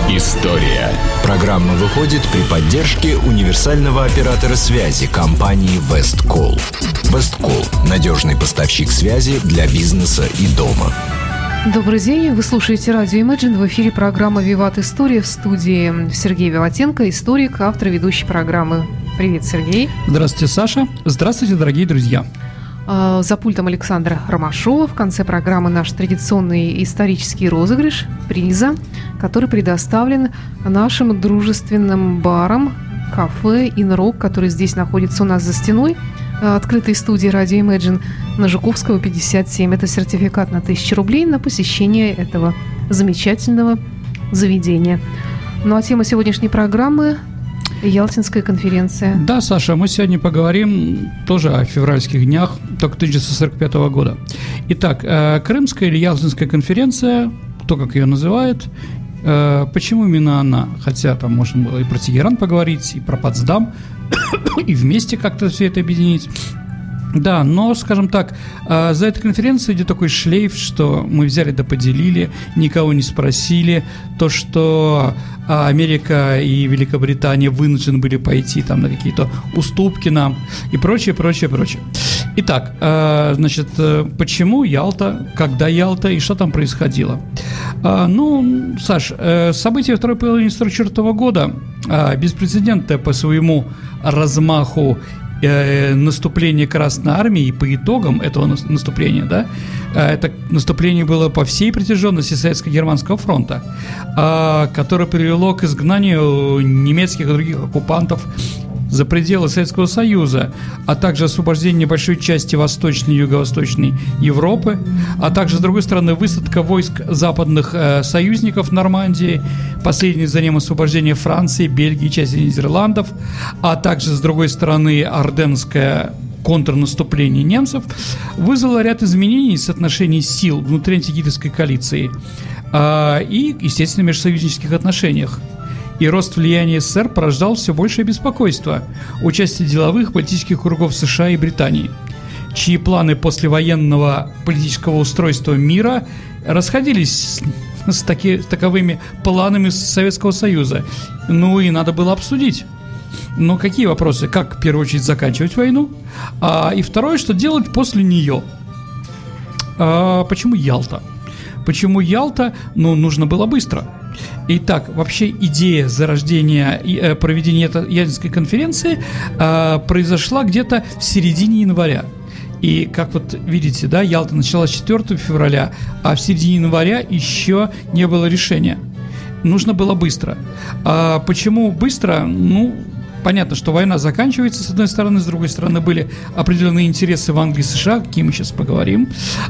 История. Программа выходит при поддержке универсального оператора связи компании Весткол. Весткол – надежный поставщик связи для бизнеса и дома. Добрый день. Вы слушаете радио Imagine. В эфире программа «Виват История». В студии Сергей Виватенко, историк, автор и ведущий программы. Привет, Сергей. Здравствуйте, Саша. Здравствуйте, дорогие друзья. За пультом Александра Ромашова. В конце программы наш традиционный исторический розыгрыш приза, который предоставлен нашим дружественным барам, кафе «Инрок», который здесь находится у нас за стеной открытой студии радио Imagine на Жуковского, 57. Это сертификат на 1000 рублей на посещение этого замечательного заведения. Ну а тема сегодняшней программы – Ялтинская конференция. Да, Саша, мы сегодня поговорим тоже о февральских днях, только 1945 года. Итак, Крымская или Ялтинская конференция, кто как ее называет, почему именно она? Хотя там можно было и про Тегеран поговорить, и про Потсдам, и вместе как-то все это объединить. Да, но, скажем так, за этой конференцией идет такой шлейф, что мы взяли да поделили, никого не спросили, то, что Америка и Великобритания вынуждены были пойти там на какие-то уступки нам и прочее, прочее, прочее. Итак, значит, почему Ялта, когда Ялта и что там происходило? Ну, Саш, события второй половины 1944 года, беспрецедентное по своему размаху наступление Красной Армии, и по итогам этого наступления, да, это наступление было по всей протяженности Советско-Германского фронта, которое привело к изгнанию немецких и других оккупантов за пределы Советского Союза, а также освобождение небольшой части Восточной и Юго-Восточной Европы, а также, с другой стороны, высадка войск западных союзников в Нормандии, последнее за ним освобождение Франции, Бельгии, части Нидерландов, а также, с другой стороны, Арденнское контрнаступление немцев, вызвало ряд изменений в соотношении сил внутри антигитлеровской коалиции и, естественно, в межсоюзнических отношениях. И рост влияния СССР порождал все большее беспокойство участия деловых политических кругов США и Британии, чьи планы послевоенного политического устройства мира расходились с таковыми планами Советского Союза. Ну и надо было обсудить. Ну, какие вопросы? Как, в первую очередь, заканчивать войну? И второе, что делать после нее? Почему Ялта? Почему Ялта? Ну, нужно было быстро. Итак, вообще идея зарождения и проведения этой Ялтинской конференции произошла где-то в середине января. И, как вот видите, да, Ялта началась 4 февраля, а в середине января еще не было решения. Нужно было быстро. Почему быстро? Ну, понятно, что война заканчивается, с одной стороны, с другой стороны, были определенные интересы в Англии и США, какие мы сейчас поговорим.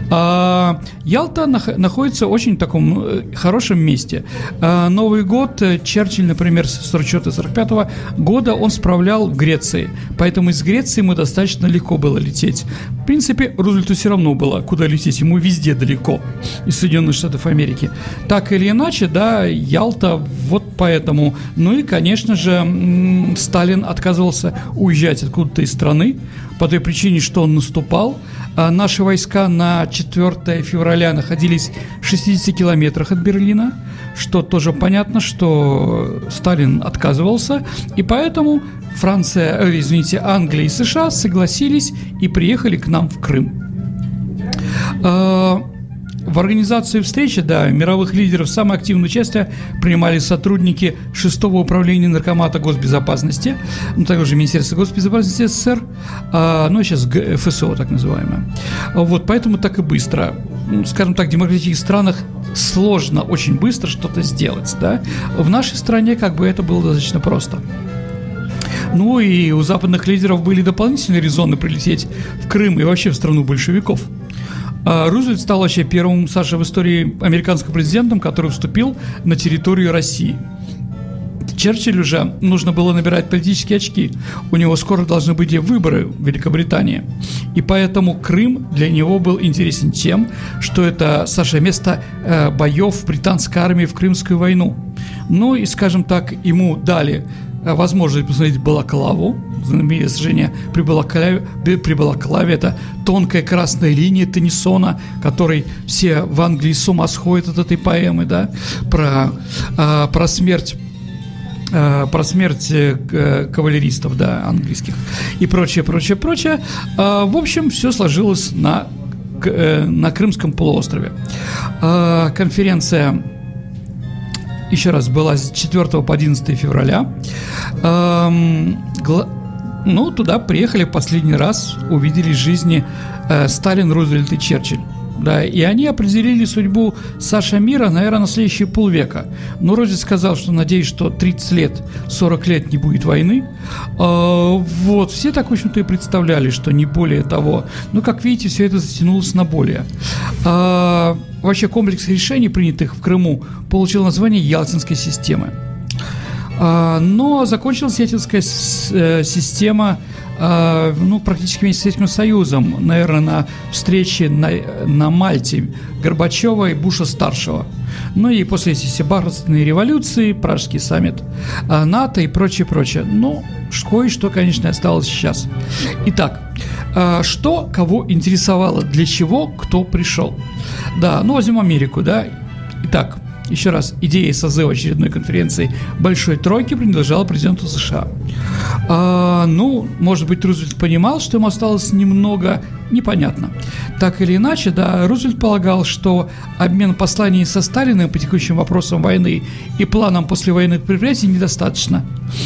Ялта находится в очень таком хорошем месте. Новый год Черчилль, например, с 44-45 года он справлял в Греции, поэтому из Греции ему достаточно легко было лететь. В принципе, Рузвельту все равно было, куда лететь, ему везде далеко, из Соединенных Штатов Америки. Так или иначе, да, Ялта вот поэтому. Ну и, конечно же, Сталин отказывался уезжать откуда-то из страны по той причине, что он наступал. Наши войска на 4 февраля находились в 60 километрах от Берлина, что тоже понятно, что Сталин отказывался, и поэтому Англия и США согласились и приехали к нам в Крым. В организации встречи, да, мировых лидеров самое активное участие принимали сотрудники 6-го управления Наркомата госбезопасности, ну, также Министерства госбезопасности СССР, ну, сейчас ФСО, так называемое. Вот, поэтому так и быстро. Скажем так, в демократических странах сложно очень быстро что-то сделать, да. В нашей стране как бы это было достаточно просто. Ну, и у западных лидеров были дополнительные резоны прилететь в Крым и вообще в страну большевиков. Рузвельт стал вообще первым, Саша, в истории американским президентом, который вступил на территорию России. Черчиллю же нужно было набирать политические очки. У него скоро должны быть выборы в Великобритании. И поэтому Крым для него был интересен тем, что это, Саша, место боев британской армии в Крымскую войну. Ну и, скажем так, ему дали возможность посмотреть Балаклаву, знаменитое сражение при Балаклаве, это тонкая красная линия Теннисона, который все в Англии с ума сходят от этой поэмы, да, про смерть кавалеристов, да, английских и прочее. В общем, все сложилось на Крымском полуострове. Конференция, еще раз, была с 4 по 11 февраля. Туда приехали в последний раз, увидели жизни Сталин, Рузвельт и Черчилль. Да, и они определили судьбу США мира, наверное, на следующие полвека. Но Рузвельт сказал, что надеюсь, что 30 лет, 40 лет не будет войны. Все так, в общем-то, и представляли, что не более того. Но, как видите, все это затянулось на более. Вообще, комплекс решений, принятых в Крыму, получил название Ялтинской системы. Но закончилась Ялтинская система практически вместе с Советским Союзом, наверное, на встрече на Мальте Горбачева и Буша-старшего. И после этой бархатной революции, Пражский саммит НАТО и прочее. Но кое-что, конечно, осталось сейчас. Итак, что кого интересовало, для чего кто пришел? Да, возьмем Америку, да. Итак, еще раз, идея созыва очередной конференции Большой Тройки принадлежала президенту США. Может быть, Рузвельт понимал, что ему осталось немного, непонятно. Так или иначе, да, Рузвельт полагал, что обмен посланий со Сталиным по текущим вопросам войны и планам послевоенных предприятий недостаточно.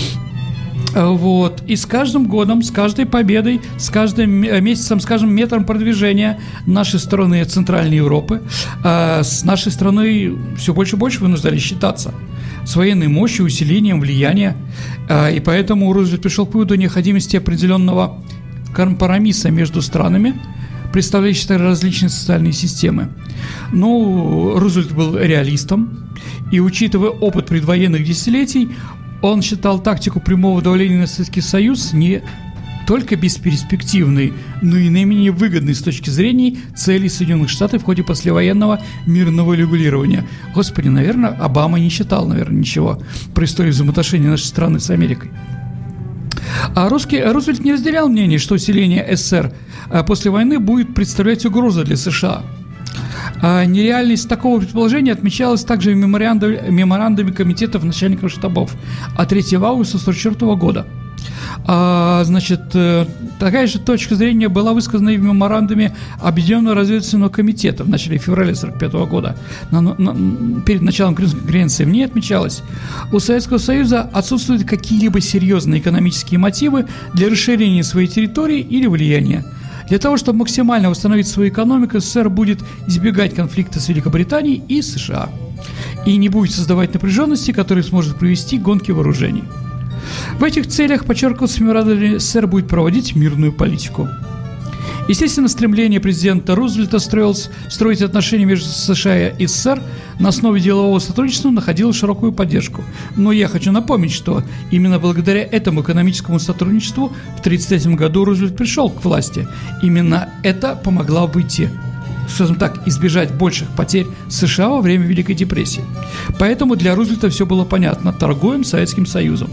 И с каждым годом, с каждой победой, с каждым месяцем, с каждым метром продвижения нашей страны от Центральной Европы, с нашей страной все больше и больше вынуждали считаться с военной мощью, усилением влияния. И поэтому Рузвельт пришел к выводу о необходимости определенного компромисса между странами, представляющими различные социальные системы. Рузвельт был реалистом, и, учитывая опыт предвоенных десятилетий, он считал тактику прямого давления на Советский Союз не только бесперспективной, но и наименее выгодной с точки зрения целей Соединенных Штатов в ходе послевоенного мирного регулирования. Господи, наверное, Обама не считал, ничего про историю взаимоотношений нашей страны с Америкой. Рузвельт не разделял мнение, что усиление СССР после войны будет представлять угрозу для США. Нереальность такого предположения отмечалась также в меморандуме комитетов начальников штабов от 3 августа 1944 года. Такая же точка зрения была высказана и в меморандуме Объединенного разведывательного комитета в начале февраля 1945 года. Перед началом Крымской конференции в ней отмечалось: у Советского Союза отсутствуют какие-либо серьезные экономические мотивы для расширения своей территории или влияния. Для того, чтобы максимально восстановить свою экономику, СССР будет избегать конфликта с Великобританией и США и не будет создавать напряженности, которые сможет привести к гонке вооружений. В этих целях, подчеркивалось в меморандуме, СССР будет проводить мирную политику. Естественно, стремление президента Рузвельта строить отношения между США и СССР на основе делового сотрудничества находило широкую поддержку. Но я хочу напомнить, что именно благодаря этому экономическому сотрудничеству в 1933 году Рузвельт пришел к власти. Именно это помогло избежать больших потерь США во время Великой депрессии. Поэтому для Рузвельта все было понятно: торгуем с Советским Союзом.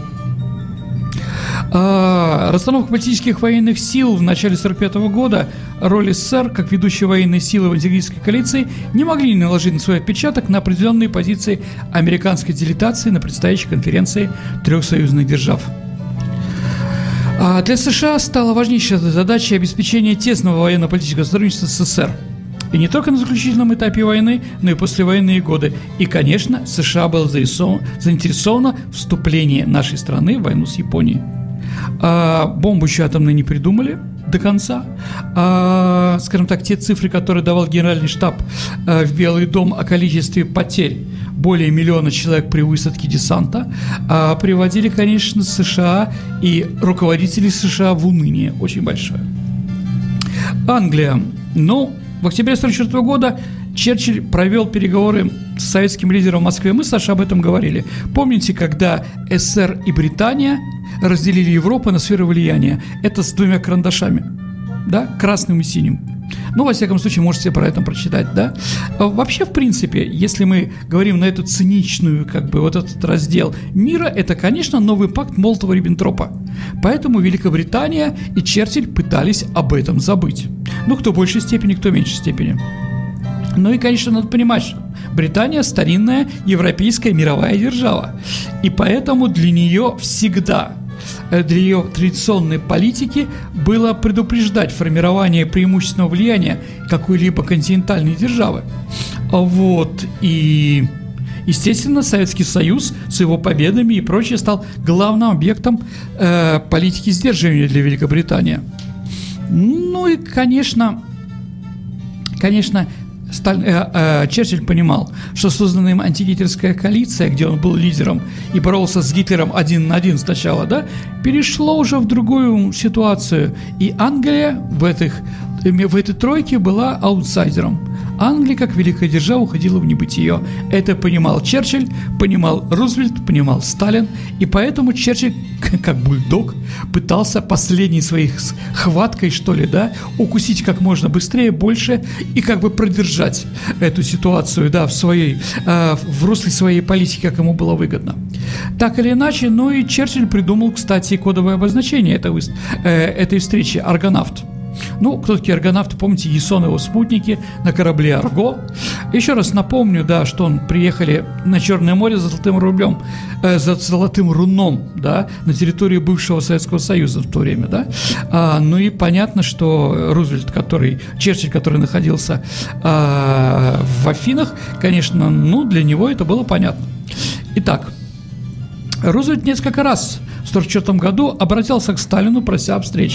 Расстановка политических военных сил в начале 1945 года, роль СССР как ведущей военной силы в антиглической коалиции не могли наложить на свой отпечаток на определенные позиции американской делегации на предстоящей конференции трех союзных держав. Для США стала важнейшей задачей обеспечения тесного военно-политического сотрудничества с СССР. И не только на заключительном этапе войны, но и послевоенные годы. И, конечно, США было заинтересовано в вступлении нашей страны в войну с Японией. Бомбу еще атомную не придумали до конца. Те цифры, которые давал Генеральный штаб в Белый дом о количестве потерь, более 1 миллиона человек при высадке десанта, приводили, конечно, США и руководители США в уныние очень большое. Англия. В октябре 1944 года Черчилль провел переговоры с советским лидером в Москве. Мы с Сашей об этом говорили. Помните, когда СССР и Британия разделили Европу на сферы влияния? Это с 2 карандашами, да, красным и синим. Во всяком случае, можете про это прочитать, да. Вообще, в принципе, если мы говорим на эту циничную, этот раздел мира, это, конечно, новый пакт Молотова-Риббентропа. Поэтому Великобритания и Черчилль пытались об этом забыть. Ну, кто в большей степени, кто в меньшей степени. Ну и, конечно, надо понимать, что Британия старинная европейская мировая держава. И поэтому для нее всегда, для ее традиционной политики было предупреждать формирование преимущественного влияния какой-либо континентальной державы. Вот, и, естественно, Советский Союз с его победами и прочее стал главным объектом политики сдерживания для Великобритании. Ну и, конечно, Черчилль понимал, что созданная им антигитлеровская коалиция, где он был лидером и боролся с Гитлером один на один сначала, да, перешло уже в другую ситуацию. И Англия в этой тройке была аутсайдером. Англия, как великая держава, уходила в небытие. Это понимал Черчилль, понимал Рузвельт, понимал Сталин. И поэтому Черчилль, как бульдог, пытался последней своей хваткой, что ли, да, укусить как можно быстрее, больше и как бы продержать эту ситуацию, да, в русле своей политики, как ему было выгодно. Так или иначе, ну и Черчилль придумал, кстати, кодовое обозначение этой встречи – «Аргонавт». Ну, кто такие аргонавты? Помните, Ясон и его спутники на корабле «Арго». Еще раз напомню, да, что приехали на Черное море за золотым руном, да, на территории бывшего Советского Союза в то время, да. Ну и понятно, что Черчилль, который находился в Афинах, конечно, ну, для него это было понятно. Итак, Рузвельт несколько раз в 1944 году обратился к Сталину, прося о встрече.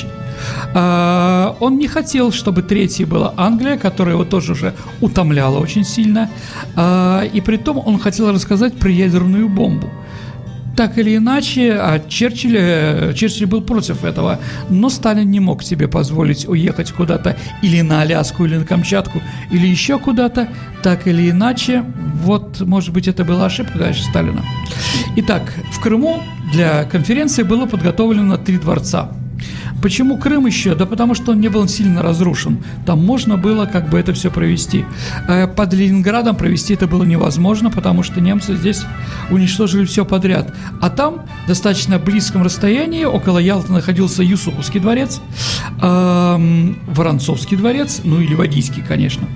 Он не хотел, чтобы третьей была Англия, которая его тоже уже утомляла очень сильно, и при том он хотел рассказать про ядерную бомбу. Так или иначе, Черчилль был против этого, но Сталин не мог себе позволить уехать куда-то или на Аляску, или на Камчатку, или еще куда-то. Так или иначе, вот, может быть, это была ошибка, конечно, Сталина. Итак, в Крыму для конференции было подготовлено 3 дворца. Почему Крым еще? Да потому что он не был сильно разрушен. Там можно было как бы это все провести. Под Ленинградом провести это было невозможно, потому что немцы здесь уничтожили все подряд. А там, в достаточно близком расстоянии, около Ялты находился Юсуповский дворец, Воронцовский дворец, ну и Ливадийский, конечно.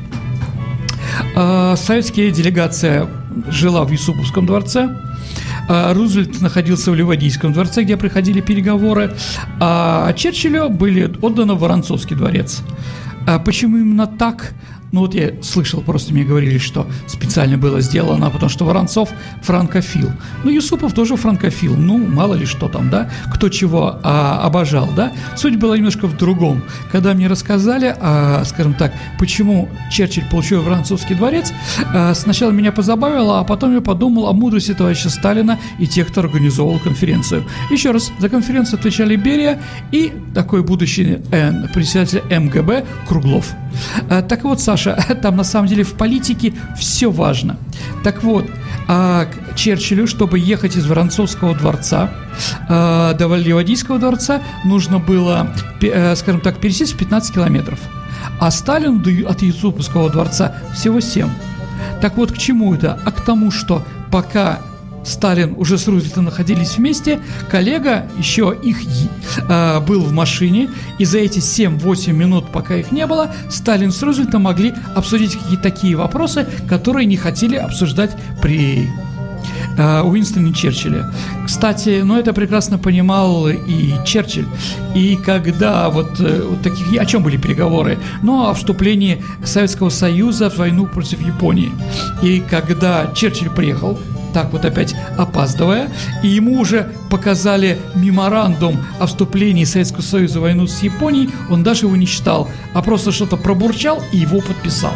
Советская делегация жила в Юсуповском дворце. Рузвельт находился в Ливадийском дворце, где проходили переговоры, а Черчиллю были отданы в Воронцовский дворец. Почему именно так? Ну вот я слышал, просто мне говорили, что специально было сделано, потому что Воронцов франкофил. Ну, Юсупов тоже франкофил, ну, мало ли что там, да, кто чего обожал, да. Суть была немножко в другом. Когда мне рассказали, скажем так, почему Черчилль получил Воронцовский дворец, сначала меня позабавило, а потом я подумал о мудрости товарища Сталина и тех, кто организовывал конференцию. Еще раз, за конференцию отвечали Берия и такой будущий председатель МГБ Круглов. Так вот, Саша, там на самом деле в политике все важно. Так вот, Черчиллю, чтобы ехать из Воронцовского дворца до Ливадийского дворца, нужно было, скажем так, пересесть в 15 километров. А Сталину от Юсуповского дворца всего 7. Так вот, к чему это? А к тому, что пока Сталин уже с Рузвельтом находились вместе, коллега еще был в машине, и за эти 7-8 минут, пока их не было, Сталин с Рузвельтом могли обсудить какие-то такие вопросы, которые не хотели обсуждать при Уинстоне Черчилле. Кстати, это прекрасно понимал и Черчилль. И когда о чем были переговоры? О вступлении Советского Союза в войну против Японии. И когда Черчилль приехал, так вот опять опаздывая, и ему уже показали меморандум о вступлении Советского Союза в войну с Японией, он даже его не читал, а просто что-то пробурчал и его подписал.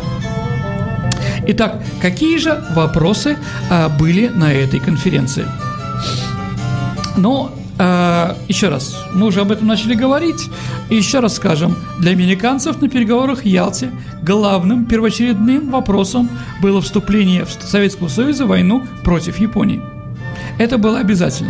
Итак, какие же вопросы были на этой конференции? Еще раз, мы уже об этом начали говорить, и еще раз скажем, для американцев на переговорах в Ялте главным первоочередным вопросом было вступление Советского Союза в войну против Японии. Это было обязательно.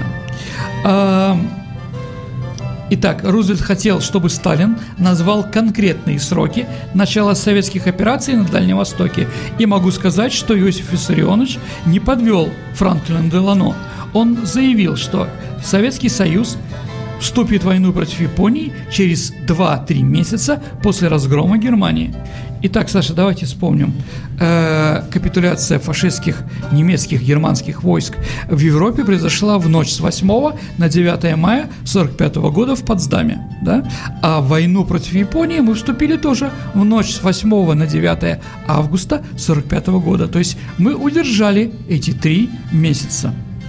Итак, Рузвельт хотел, чтобы Сталин назвал конкретные сроки начала советских операций на Дальнем Востоке. И могу сказать, что Иосиф Виссарионович не подвел Франклина Делано. Он заявил, что Советский Союз вступит в войну против Японии через 2-3 месяца после разгрома Германии. Итак, Саша, давайте вспомним. Капитуляция фашистских, немецких, германских войск в Европе произошла в ночь с 8 на 9 мая 1945 года в Потсдаме. Да? А в войну против Японии мы вступили тоже в ночь с 8 на 9 августа 1945 года. То есть мы удержали эти 3 месяца.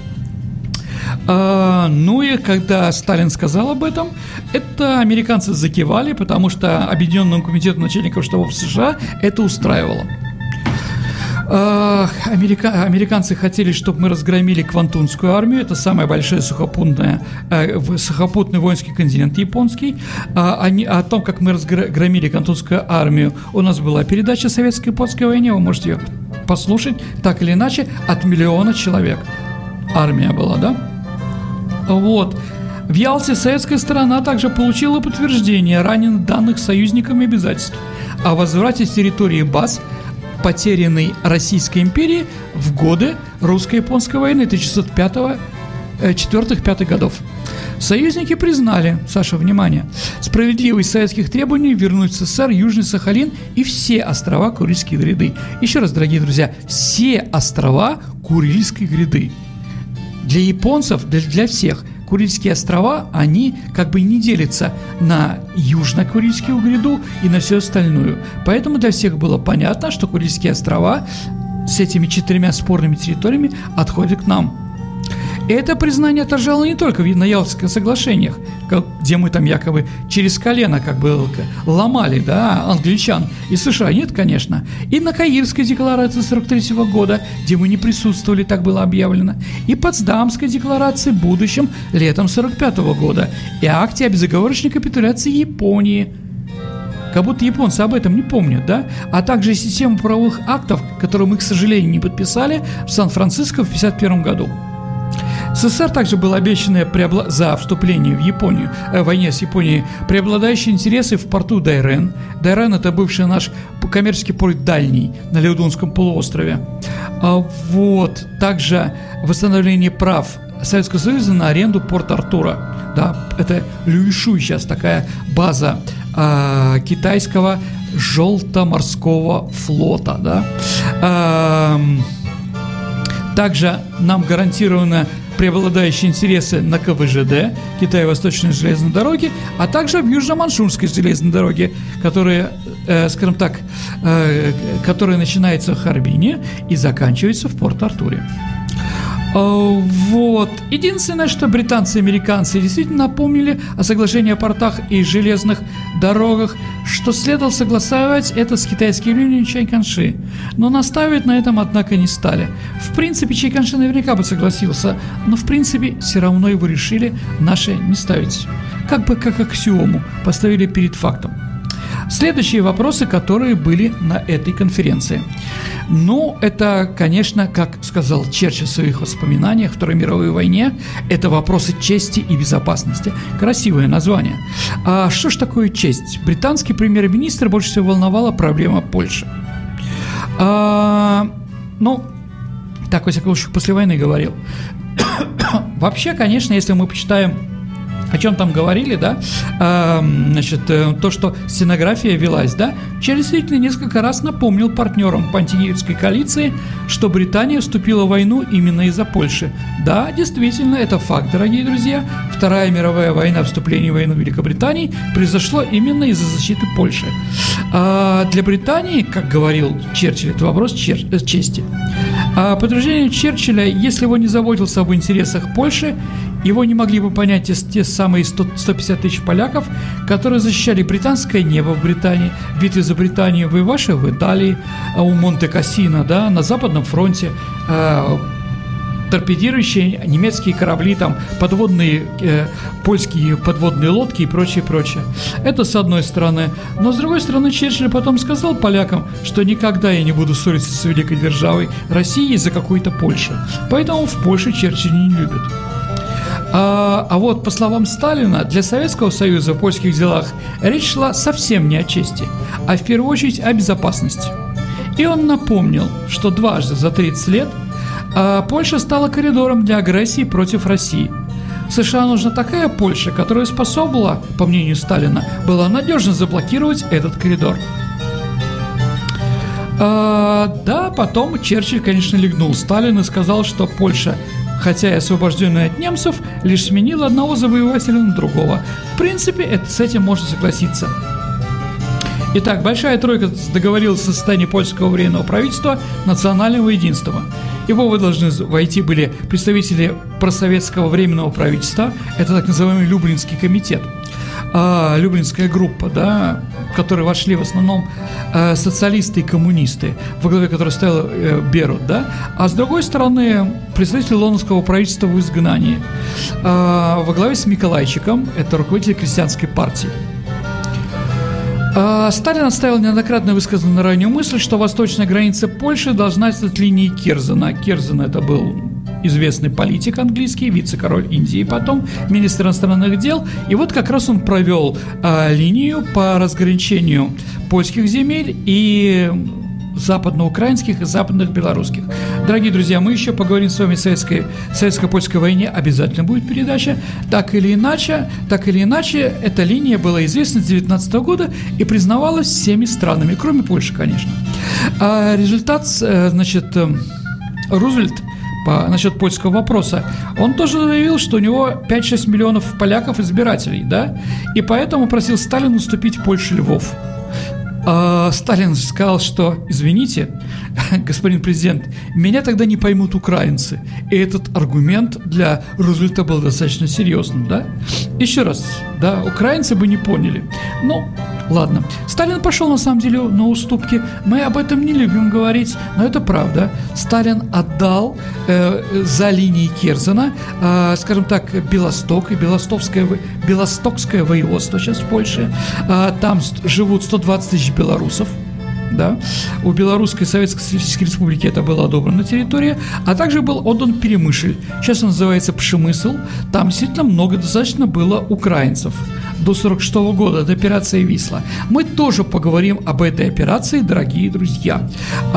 Ну и когда Сталин сказал об этом, это американцы закивали, потому что Объединенному комитету начальников штабов США это устраивало. Американцы хотели, чтобы мы разгромили Квантунскую армию, это самый большой сухопутный воинский континент японский. О том, как мы разгромили Квантунскую армию, у нас была передача о советско-японской войне, вы можете ее послушать, так или иначе, от 1 миллиона человек. Армия была, да? Вот. В Ялте советская сторона также получила подтверждение ранее данных союзниками обязательств о возврате с территории баз, потерянной Российской империи в годы русско-японской войны 1904-1905 годов. Союзники признали, Саша, внимание, справедливость советских требований вернуть в СССР Южный Сахалин и все острова Курильские гряды. Еще раз, дорогие друзья, все острова Курильской гряды. Для японцев, для всех, Курильские острова, они как бы не делятся на Южно-Курильскую гряду и на всю остальную. Поэтому для всех было понятно, что Курильские острова с этими 4 спорными территориями отходят к нам. Это признание отражало не только на Ялтских соглашениях, где мы там якобы через колено как бы ломали, да, англичан и США. Нет, конечно. И на Каирской декларации 1943 года, где мы не присутствовали, так было объявлено. И Потсдамской декларации в будущем, летом 1945 года. И акте о безоговорочной капитуляции Японии. Как будто японцы об этом не помнят, да? А также систему правовых актов, которые мы, к сожалению, не подписали в Сан-Франциско в 1951 году. СССР также было обещано за вступление в Японию, в войне с Японией, преобладающие интересы в порту Дайрен. Дайрен – это бывший наш коммерческий порт дальний на Леодунском полуострове. Вот. Также восстановление прав Советского Союза на аренду Порт-Артура. Да, это Люйшуй сейчас такая база китайского желтоморского флота. Да. Также нам гарантировано преобладающие интересы на КВЖД, Китайо-Восточной железной дороги, а также в Южно-Манчжурской железной дороге, которая, скажем так, которая начинается в Харбине и заканчивается в Порт-Артуре. Вот. Единственное, что британцы и американцы действительно напомнили о соглашении о портах и железных дорогах, что следовало согласовать это с китайскими линиями Чайканши. Но настаивать на этом, однако, не стали. В принципе, Чайканши наверняка бы согласился, но в принципе все равно его решили наши не ставить. Как бы как аксиому поставили перед фактом. Следующие вопросы, которые были на этой конференции. Ну, это, конечно, как сказал Черчилль в своих воспоминаниях о Второй мировой войне, это вопросы чести и безопасности. Красивое название. А что ж такое честь? Британский премьер-министр больше всего волновала проблема Польши. Ну, так, во всяком случае, после войны говорил. Вообще, конечно, если мы почитаем, о чем там говорили, да, значит, то, что стенография велась, да, Черчилль действительно несколько раз напомнил партнерам по антигитлеровской коалиции, что Британия вступила в войну именно из-за Польши. Да, действительно, это факт, дорогие друзья. Вторая мировая война, вступление в войну Великобритании произошло именно из-за защиты Польши. Для Британии, как говорил Черчилль, это вопрос чести. По утверждению Черчилля, если его не заботился об интересах Польши, его не могли бы понять те самые 150 тысяч поляков, которые защищали британское небо в Британии, в битве за Британию, воевавшие в Италии, у Монте-Кассино, да, на Западном фронте, торпедирующие немецкие корабли, там, подводные, польские подводные лодки и прочее, прочее. Это с одной стороны. Но с другой стороны, Черчилль потом сказал полякам, что никогда я не буду ссориться с великой державой России из-за какой-то Польши. Поэтому в Польше Черчилль не любит. А вот, по словам Сталина, для Советского Союза в польских делах речь шла совсем не о чести, а в первую очередь о безопасности. И он напомнил, что дважды за 30 лет Польша стала коридором для агрессии против России. США нужна такая Польша, которая способна, по мнению Сталина, была надежно заблокировать этот коридор. Да, потом Черчилль, конечно, легнул Сталина и сказал, что Польша, хотя и освобожденная от немцев, лишь сменила одного завоевателя на другого. В принципе, с этим можно согласиться. Итак, Большая Тройка договорилась о состоянии польского временного правительства национального единства. Его вы должны войти были представители просоветского временного правительства, это так называемый Люблинский комитет, Люблинская группа, да, в которой вошли в основном социалисты и коммунисты, во главе которой стоял Берут, да, а с другой стороны представители лондонского правительства в изгнании, во главе с Миколайчиком, это руководитель крестьянской партии. Сталин отставил неоднократно высказанную ранее мысль, что восточная граница Польши должна стать линией Керзена. Керзен – это был известный политик английский, вице-король Индии, потом министр иностранных дел. И вот как раз он провел линию по разграничению польских земель и западноукраинских и западных белорусских. Дорогие друзья, мы еще поговорим с вами о советско-польской войне, обязательно будет передача. Так или иначе, эта линия была известна с 19 года и признавалась всеми странами, кроме Польши, конечно. Результат, значит, Рузвельт насчет польского вопроса, он тоже заявил, что у него 5-6 миллионов поляков избирателей, да, и поэтому просил Сталина уступить Польше Львов. Сталин сказал, что, извините, господин президент, меня тогда не поймут украинцы. И этот аргумент для Рузвельта был достаточно серьезным, да? Еще раз, да, украинцы бы не поняли. Ну, ладно. Сталин пошел, на самом деле, на уступки. Мы об этом не любим говорить, но это правда. Сталин отдал за линией Керзена, скажем так, Белосток и Белостокское воеводство сейчас в Польше. Там живут 120 тысяч белорусов. Да. У Белорусской Советской Социалистической Республики это была одобрена территория, а также был отдан Перемышль. Сейчас он называется Пшемысл. Там действительно достаточно было украинцев. До 1946 года, до операции «Висла». Мы тоже поговорим об этой операции, дорогие друзья.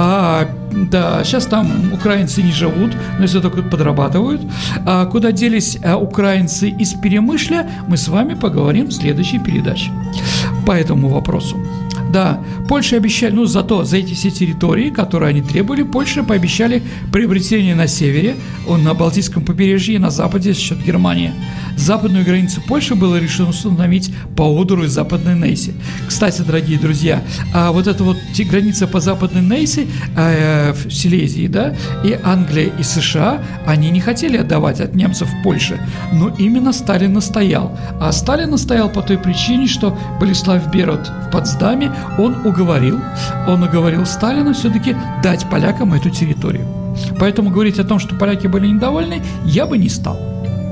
Да, сейчас там украинцы не живут, но если только подрабатывают. Куда делись украинцы из Перемышля, мы с вами поговорим в следующей передаче по этому вопросу. Да, Польша обещали, зато за эти все территории, которые они требовали, Польша пообещали приобретение на севере, на Балтийском побережье и на западе за счет Германии. Западную границу Польши было решено установить по Одеру и Западной Нейсе. Кстати, дорогие друзья, вот эта вот граница по Западной Нейсе в Силезии, да, и Англия, и США, они не хотели отдавать от немцев Польше, но именно Сталин настоял. А Сталин настоял по той причине, что Болеслав Берут в Потсдаме, он уговорил Сталина все-таки дать полякам эту территорию. Поэтому говорить о том, что поляки были недовольны, я бы не стал.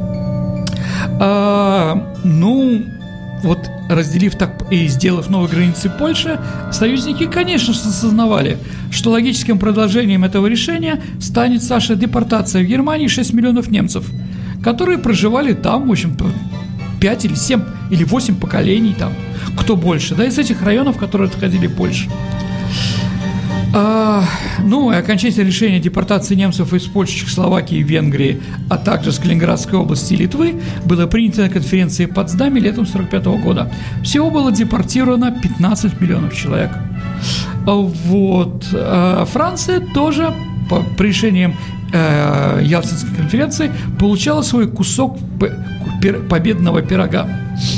Вот разделив так и сделав новые границы Польши, союзники, конечно же, осознавали, что логическим продолжением этого решения станет, Саша, депортация в Германии 6 миллионов немцев, которые проживали там, в общем-то, 5 или 7 или 8 поколений там, кто больше, да, из этих районов, которые отходили Польше. И окончательное решение депортации немцев из Польши, Чехословакии, Венгрии, а также с Калининградской области и Литвы было принято на конференции в Потсдаме летом 1945 года. Всего было депортировано 15 миллионов человек. Вот. Франция тоже по решениям Ялтинской конференции получала свой кусок победного пирога.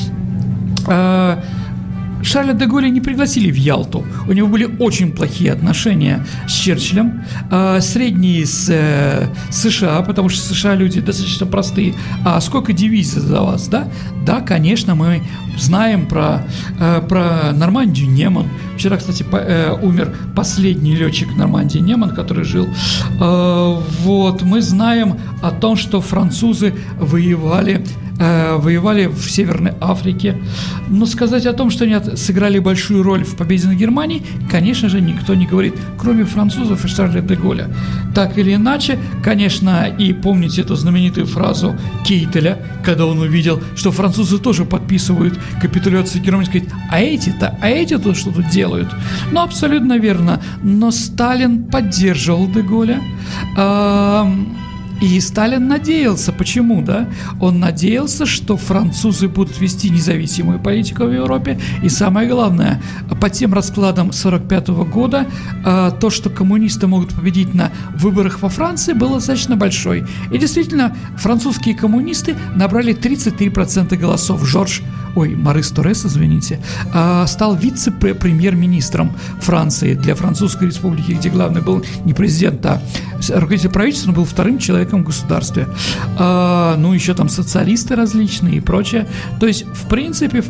Шарля де Голля не пригласили в Ялту. У него были очень плохие отношения с Черчиллем, средние с США, потому что США люди достаточно простые. А сколько дивизий за вас, да? Да, конечно, мы знаем про Нормандию Неман. Вчера, кстати, умер последний летчик Нормандии Неман, который жил. Вот, мы знаем о том, что французы воевали в Северной Африке. Но сказать о том, что они сыграли большую роль в победе над Германией, конечно же, никто не говорит, кроме французов и Шарля де Голля. Так или иначе, конечно, и помните эту знаменитую фразу Кейтеля, когда он увидел, что французы тоже подписывают капитуляцию Германии, сказать, а эти-то что тут делают? Ну, абсолютно верно. Но Сталин поддерживал де Голля. И Сталин надеялся, почему, да? Он надеялся, что французы будут вести независимую политику в Европе. И самое главное, по тем раскладам 1945 года, то, что коммунисты могут победить на выборах во Франции, было достаточно большой. И действительно, французские коммунисты набрали 33% голосов. Морис Торрес, извините, стал вице-премьер-министром Франции для Французской республики, где главный был не президент, а руководитель правительства, но был вторым человеком в государстве. Еще там социалисты различные и прочее. То есть, в принципе,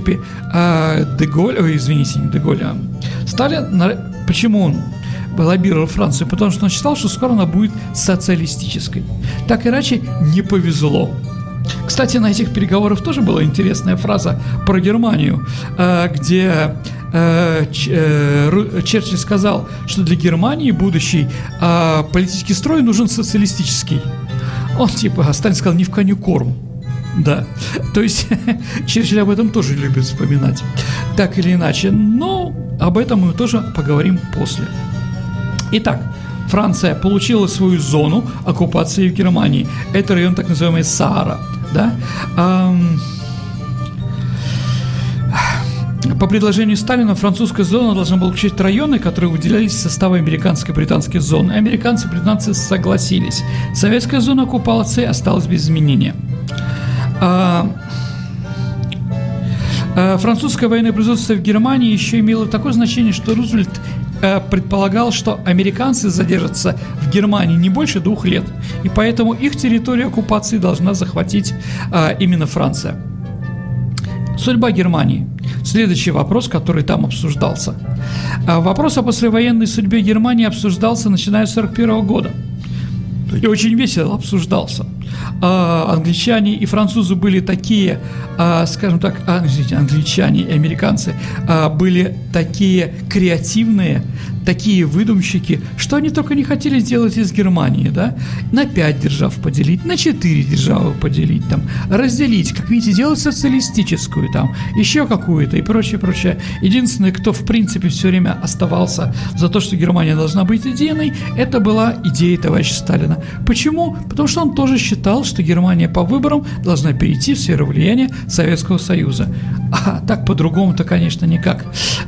Сталин, почему он лоббировал Францию? Потому что он считал, что скоро она будет социалистической. Так иначе не повезло. Кстати, на этих переговорах тоже была интересная фраза про Германию, где Черчилль сказал, что для Германии будущий политический строй нужен социалистический. Сталин сказал, ни в коню корм. Да, то есть Черчилль об этом тоже любит вспоминать, так или иначе, но об этом мы тоже поговорим после. Итак, Франция получила свою зону оккупации в Германии. Это район так называемый Саара, да? По предложению Сталина французская зона должна была включить районы, которые выделялись из состава американской и британской зоны. Американцы и британцы согласились. Советская зона оккупации осталась без изменения. Французское военное производство в Германии еще имело такое значение, что Рузвельт предполагал, что американцы задержатся в Германии не больше 2 лет, и поэтому их территорию оккупации должна захватить именно Франция. Судьба Германии. Следующий вопрос, который там обсуждался. Вопрос о послевоенной судьбе Германии обсуждался, начиная с 1941 года. И очень весело обсуждался. Англичане и французы были такие, англичане и американцы были такие креативные, такие выдумщики, что они только не хотели сделать из Германии, да, на 5 держав поделить, на 4 державы поделить, там, разделить, как видите, делать социалистическую, там, еще какую-то и прочее, прочее. Единственное, кто в принципе все время оставался за то, что Германия должна быть единой, это была идея товарища Сталина. Почему? Потому что он тоже считал, что Германия по выборам должна перейти в сферу влияния Советского Союза. А так по-другому-то, конечно, никак.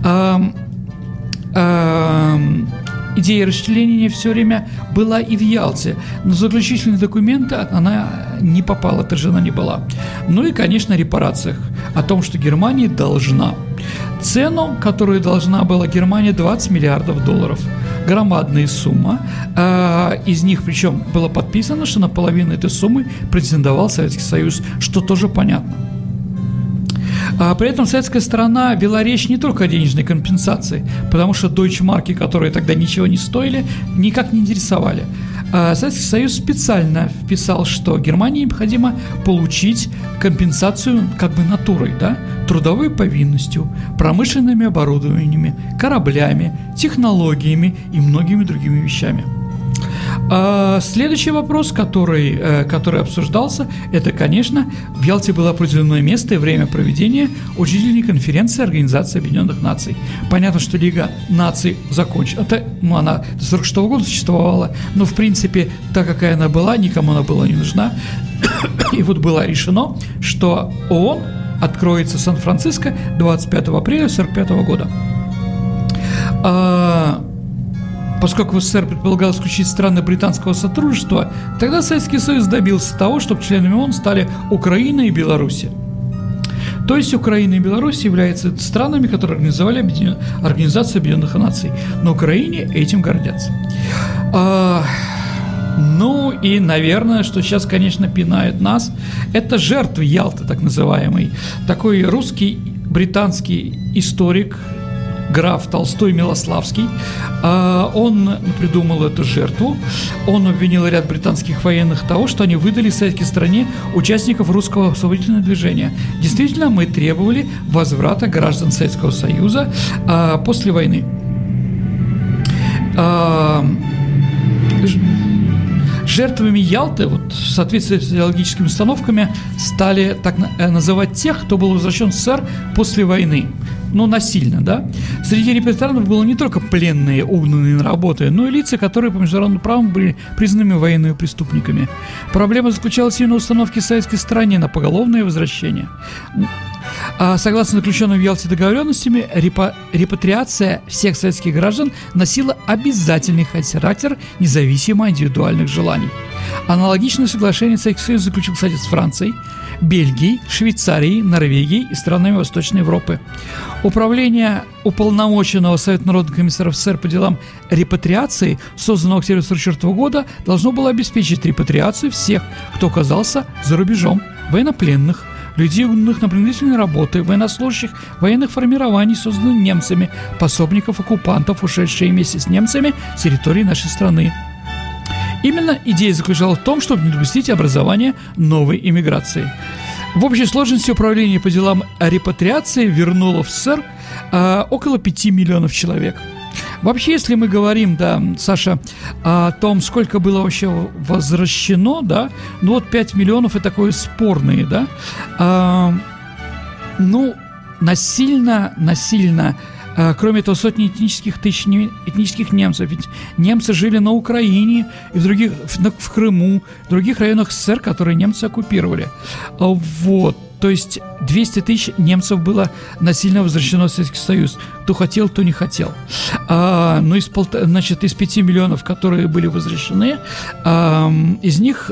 Идея расчленения все время была и в Ялте, но в заключительные документы она не попала, отражена не была. Ну и, конечно, о репарациях, о том, что Германия должна. Цену, которую должна была Германия, $20 миллиардов. Громадная сумма. Из них, причем, было подписано, что на половину этой суммы претендовал Советский Союз, что тоже понятно. При этом советская сторона вела речь не только о денежной компенсации, потому что дойчмарки, которые тогда ничего не стоили, никак не интересовали. Советский Союз специально вписал, что Германии необходимо получить компенсацию как бы натурой, да, трудовой повинностью, промышленными оборудованиями, кораблями, технологиями и многими другими вещами. Следующий вопрос, который обсуждался, это, конечно, в Ялте было определенное место и время проведения учредительной конференции Организации Объединенных Наций. Понятно, что Лига наций закончена. Она до 1946 года существовала, но, в принципе, так, какая она была, никому она была не нужна. И вот было решено, что ООН откроется в Сан-Франциско 25 апреля 1945 года. Поскольку в СССР предполагалось включить страны британского сотрудничества, тогда Советский Союз добился того, чтобы членами ООН стали Украина и Беларусь. То есть Украина и Беларусь являются странами, которые организовали Организацию Объединенных Наций. На Украине этим гордятся. Ну и, наверное, что сейчас, конечно, пинает нас, это жертвы Ялты, так называемый. Такой русский, британский историк, граф Толстой Милославский, он придумал эту жертву. Он обвинил ряд британских военных того, что они выдали советской стране участников русского освободительного движения. Действительно, мы требовали возврата граждан Советского Союза после войны. Жертвами Ялты, вот, в соответствии с идеологическими установками, стали так называть тех, кто был возвращен в СССР после войны. Ну, насильно, да? Среди репрессированных было не только пленные, угнанные на работы, но и лица, которые по международному праву были признанными военными преступниками. Проблема заключалась именно в установке советской стороне на поголовное возвращение. Согласно заключенным в Ялте договоренностями, репатриация всех советских граждан носила обязательный характер, независимо от индивидуальных желаний. Аналогичное соглашение Советский Союз заключил, кстати, с Францией, Бельгией, Швейцарией, Норвегией и странами Восточной Европы. Управление уполномоченного Совета народных комиссаров СССР по делам репатриации, созданного в октябре 1944 года, должно было обеспечить репатриацию всех, кто оказался за рубежом, военнопленных, людей, угнанных на принудительные работы, военнослужащих военных формирований, созданных немцами, пособников оккупантов, ушедшие вместе с немцами с территории нашей страны. Именно идея заключалась в том, чтобы не допустить образования новой иммиграции. В общей сложности управление по делам репатриации вернуло в СССР около 5 миллионов человек. Вообще, если мы говорим, да, Саша, о том, сколько было вообще возвращено, да, ну вот 5 миллионов – это такое спорные, да, насильно, кроме этого, сотни этнических немцев, ведь немцы жили на Украине и в Крыму, в других районах СССР, которые немцы оккупировали, вот. То есть 200 тысяч немцев было насильно возвращено в Советский Союз. Кто хотел, кто не хотел. Но из 5 миллионов, которые были возвращены, из них,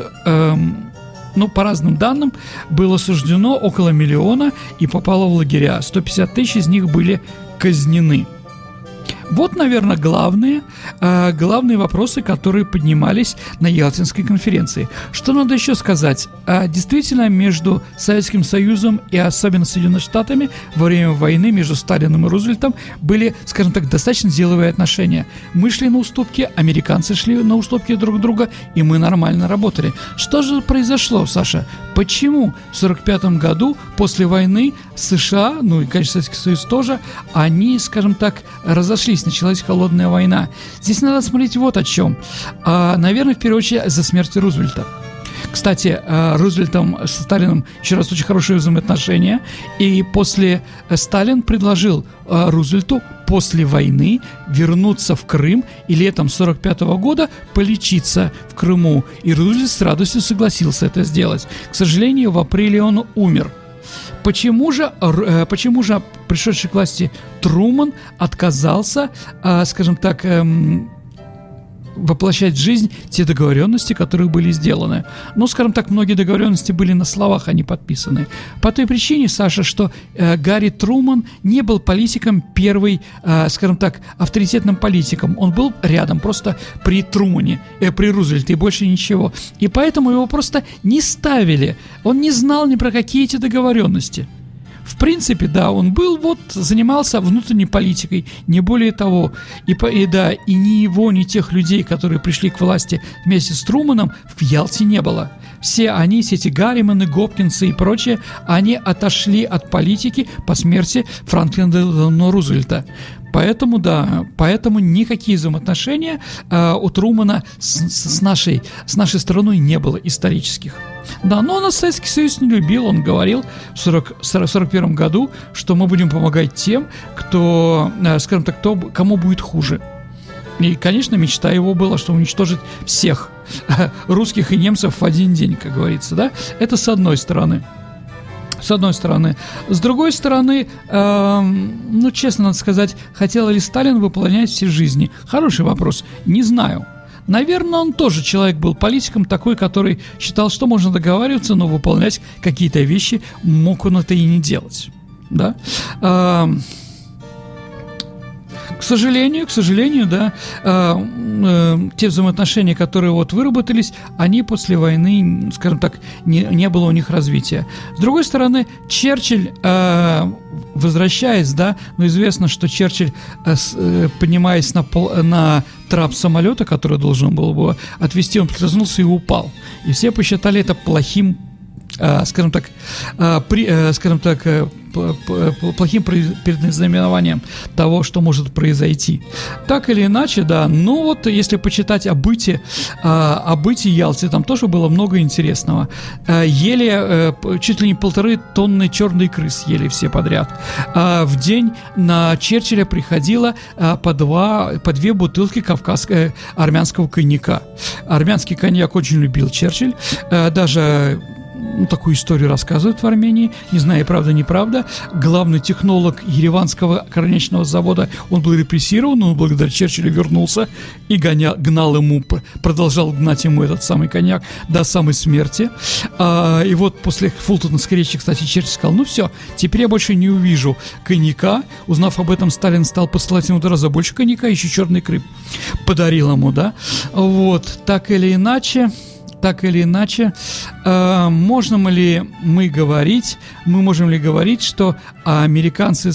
по разным данным, было осуждено около миллиона и попало в лагеря. 150 тысяч из них были казнены. Вот, наверное, главные вопросы, которые поднимались на Ялтинской конференции. Что надо еще сказать? Действительно, между Советским Союзом и особенно Соединенными Штатами во время войны между Сталиным и Рузвельтом были, скажем так, достаточно деловые отношения. Мы шли на уступки, американцы шли на уступки друг друга, и мы нормально работали. Что же произошло, Саша? Почему в 1945 году после войны США, ну и, конечно, Советский Союз тоже, они, скажем так, разошлись, началась холодная война? Здесь надо смотреть вот о чем. Наверное, в первую очередь, за смертью Рузвельта. Кстати, Рузвельтом со Сталиным еще раз очень хорошие взаимоотношения, и Сталин предложил Рузвельту после войны вернуться в Крым и летом 1945 года полечиться в Крыму, и Рузвельт с радостью согласился это сделать. К сожалению, в апреле он умер. Почему же пришедший к власти Труман отказался, скажем так, воплощать в жизнь те договоренности, которые были сделаны? Ну, скажем так, многие договоренности были на словах, а не подписаны. По той причине, Саша, что Гарри Труман не был политиком первый, скажем так, авторитетным политиком. Он был рядом, просто при Трумане, при Рузвельте, и больше ничего. И поэтому его просто не ставили. Он не знал ни про какие эти договоренности. В принципе, да, он занимался внутренней политикой, не более того. И ни его, ни тех людей, которые пришли к власти вместе с Труманом, в Ялте не было. Все эти Гарриманы, Гопкинсы и прочие, они отошли от политики по смерти Франклина Делано Рузвельта. Поэтому никакие взаимоотношения у Трумана с нашей страной не было исторических. Да, но он Советский Союз не любил. Он говорил в 1941 году, что мы будем помогать тем, кому будет хуже. И, конечно, мечта его была, что уничтожить всех русских и немцев в один день, как говорится, да? Это с одной стороны. С другой стороны, честно надо сказать, хотел ли Сталин выполнять все жизни? Хороший вопрос, не знаю. Наверное, он тоже человек был политиком такой, который считал, что можно договариваться, но выполнять какие-то вещи мог он это и не делать, да? К сожалению, да, те взаимоотношения, которые выработались, они после войны, скажем так, не было у них развития. С другой стороны, Черчилль, возвращаясь, да, известно, что Черчилль, поднимаясь на трап самолета, который должен был бы отвезти, он поскользнулся и упал. И все посчитали это плохим плохим предзнаменованием того, что может произойти. Так или иначе, да. Но вот если почитать о быте Ялты, там тоже было много интересного. Ели чуть ли не 1,5 тонны черной икры съели все подряд. В день на Черчилля приходило по 2 бутылки армянского коньяка. Армянский коньяк очень любил Черчилль. Даже такую историю рассказывают в Армении, не знаю, правда, неправда. Главный технолог Ереванского конечного завода, он был репрессирован, но благодаря Черчиллю вернулся и продолжал гнать ему этот самый коньяк до самой смерти. И вот после фултоновской речи, кстати, Черчилль сказал: ну все, теперь я больше не увижу коньяка. Узнав об этом, Сталин стал посылать ему 2 раза больше коньяка, еще черный икры подарил ему, да. Вот, так или иначе, можем ли мы говорить, что американцы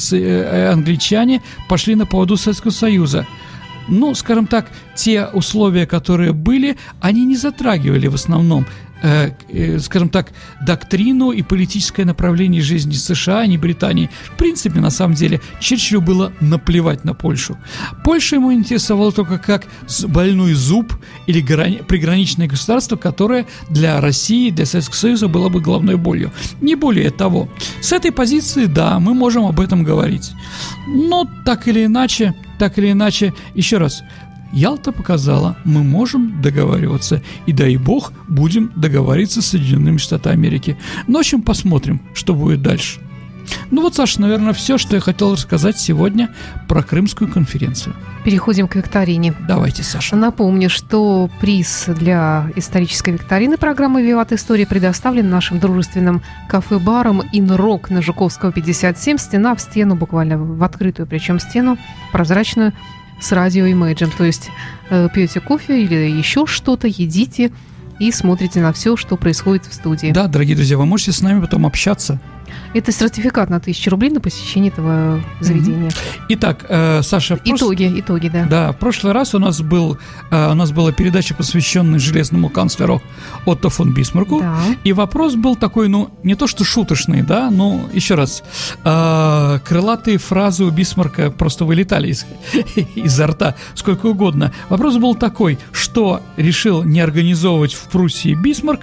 англичане пошли на поводу Советского Союза? Ну, скажем так, те условия, которые были, они не затрагивали в основном, скажем так, доктрину и политическое направление жизни США, а не Британии. В принципе, на самом деле, Черчиллю было наплевать на Польшу. Польша ему интересовала только как больной зуб или приграничное государство, которое для России, для Советского Союза было бы головной болью. Не более того. С этой позиции, да, мы можем об этом говорить. Но так или иначе, еще раз, Ялта показала, мы можем договариваться, и дай бог будем договориться с Соединенными Штатами Америки. Но, в общем, посмотрим, что будет дальше. Ну вот, Саша, наверное, все, что я хотел рассказать сегодня про Крымскую конференцию. Переходим к викторине. Давайте, Саша. Напомню, что приз для исторической викторины программы «Виват История» предоставлен нашим дружественным кафе-баром «Инрок» на Жуковского, 57. Стена в стену, буквально в открытую, причем стену прозрачную, с радио Imagine. То есть пьете кофе или еще что-то, едите и смотрите на все, что происходит в студии. Да, дорогие друзья, вы можете с нами потом общаться. Это сертификат на 1000 рублей на посещение этого заведения. Итак, Саша... Итоги, да. Да, в прошлый раз у нас была передача, посвященная железному канцлеру Отто фон Бисмарку. Да. И вопрос был такой, не то что шуточный, да, но еще раз. Крылатые фразы у Бисмарка просто вылетали изо рта сколько угодно. Вопрос был такой, что решил не организовывать в Пруссии Бисмарк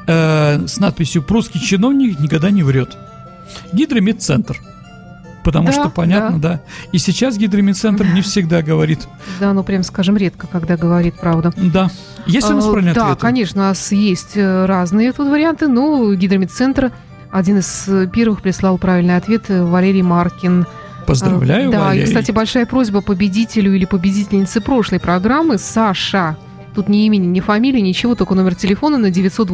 с надписью «Прусский чиновник никогда не врет». Гидромедцентр. Потому что, понятно, да. И сейчас гидромедцентр не всегда говорит. Да, прям скажем, редко, когда говорит правду. Да. Есть у нас правильные ответы? Да, конечно, у нас есть разные тут варианты, но гидромедцентр один из первых прислал правильный ответ, Валерий Маркин. Поздравляю, да, Валерий. И, кстати, большая просьба победителю или победительнице прошлой программы, Саша. Тут ни имени, ни фамилии, ничего, только номер телефона на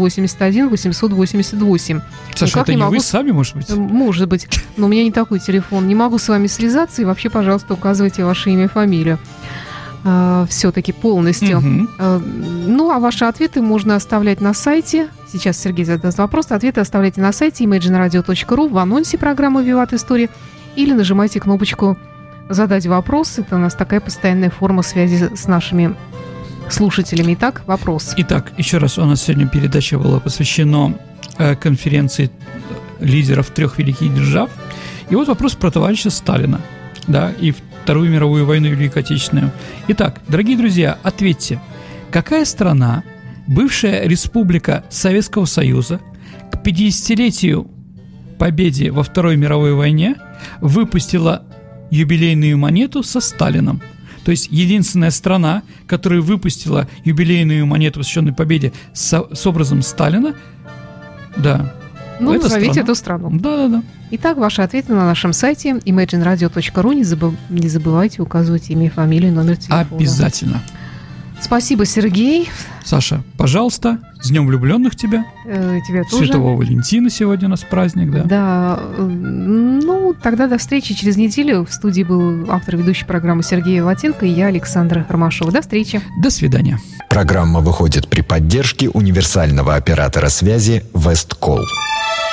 981-888. Саша, это не вы сами, может быть? Может быть, но у меня не такой телефон. Не могу с вами связаться, и вообще, пожалуйста, указывайте ваше имя и фамилию. Все-таки полностью. Ну, а ваши ответы можно оставлять на сайте. Сейчас Сергей задаст вопрос. Ответы оставляйте на сайте imagineradio.ru в анонсе программы «Виват История» или нажимайте кнопочку «Задать вопрос». Это у нас такая постоянная форма связи с нашими слушателями. Итак, вопрос. Итак, еще раз, у нас сегодня передача была посвящена конференции лидеров 3 великих держав. И вот вопрос про товарища Сталина, да, и Вторую мировую войну и Великую Отечественную. Итак, дорогие друзья, ответьте, какая страна, бывшая республика Советского Союза, к 50-летию победе во Второй мировой войне выпустила юбилейную монету со Сталином? То есть единственная страна, которая выпустила юбилейную монету, посвященную победе с образом Сталина, да. Назовите эту страну. Да. Итак, ваши ответы на нашем сайте imagineradio.ru. Не забывайте указывать имя, фамилию, номер телефона. Обязательно. Спасибо, Сергей. Саша, пожалуйста, с Днем влюбленных тебя. Тебя тоже. Святого Валентина сегодня у нас праздник, да? Да. Тогда до встречи через неделю. В студии был автор ведущей программы Сергей Виватенко и я, Александра Ромашова. До встречи. До свидания. Программа выходит при поддержке универсального оператора связи Весткол.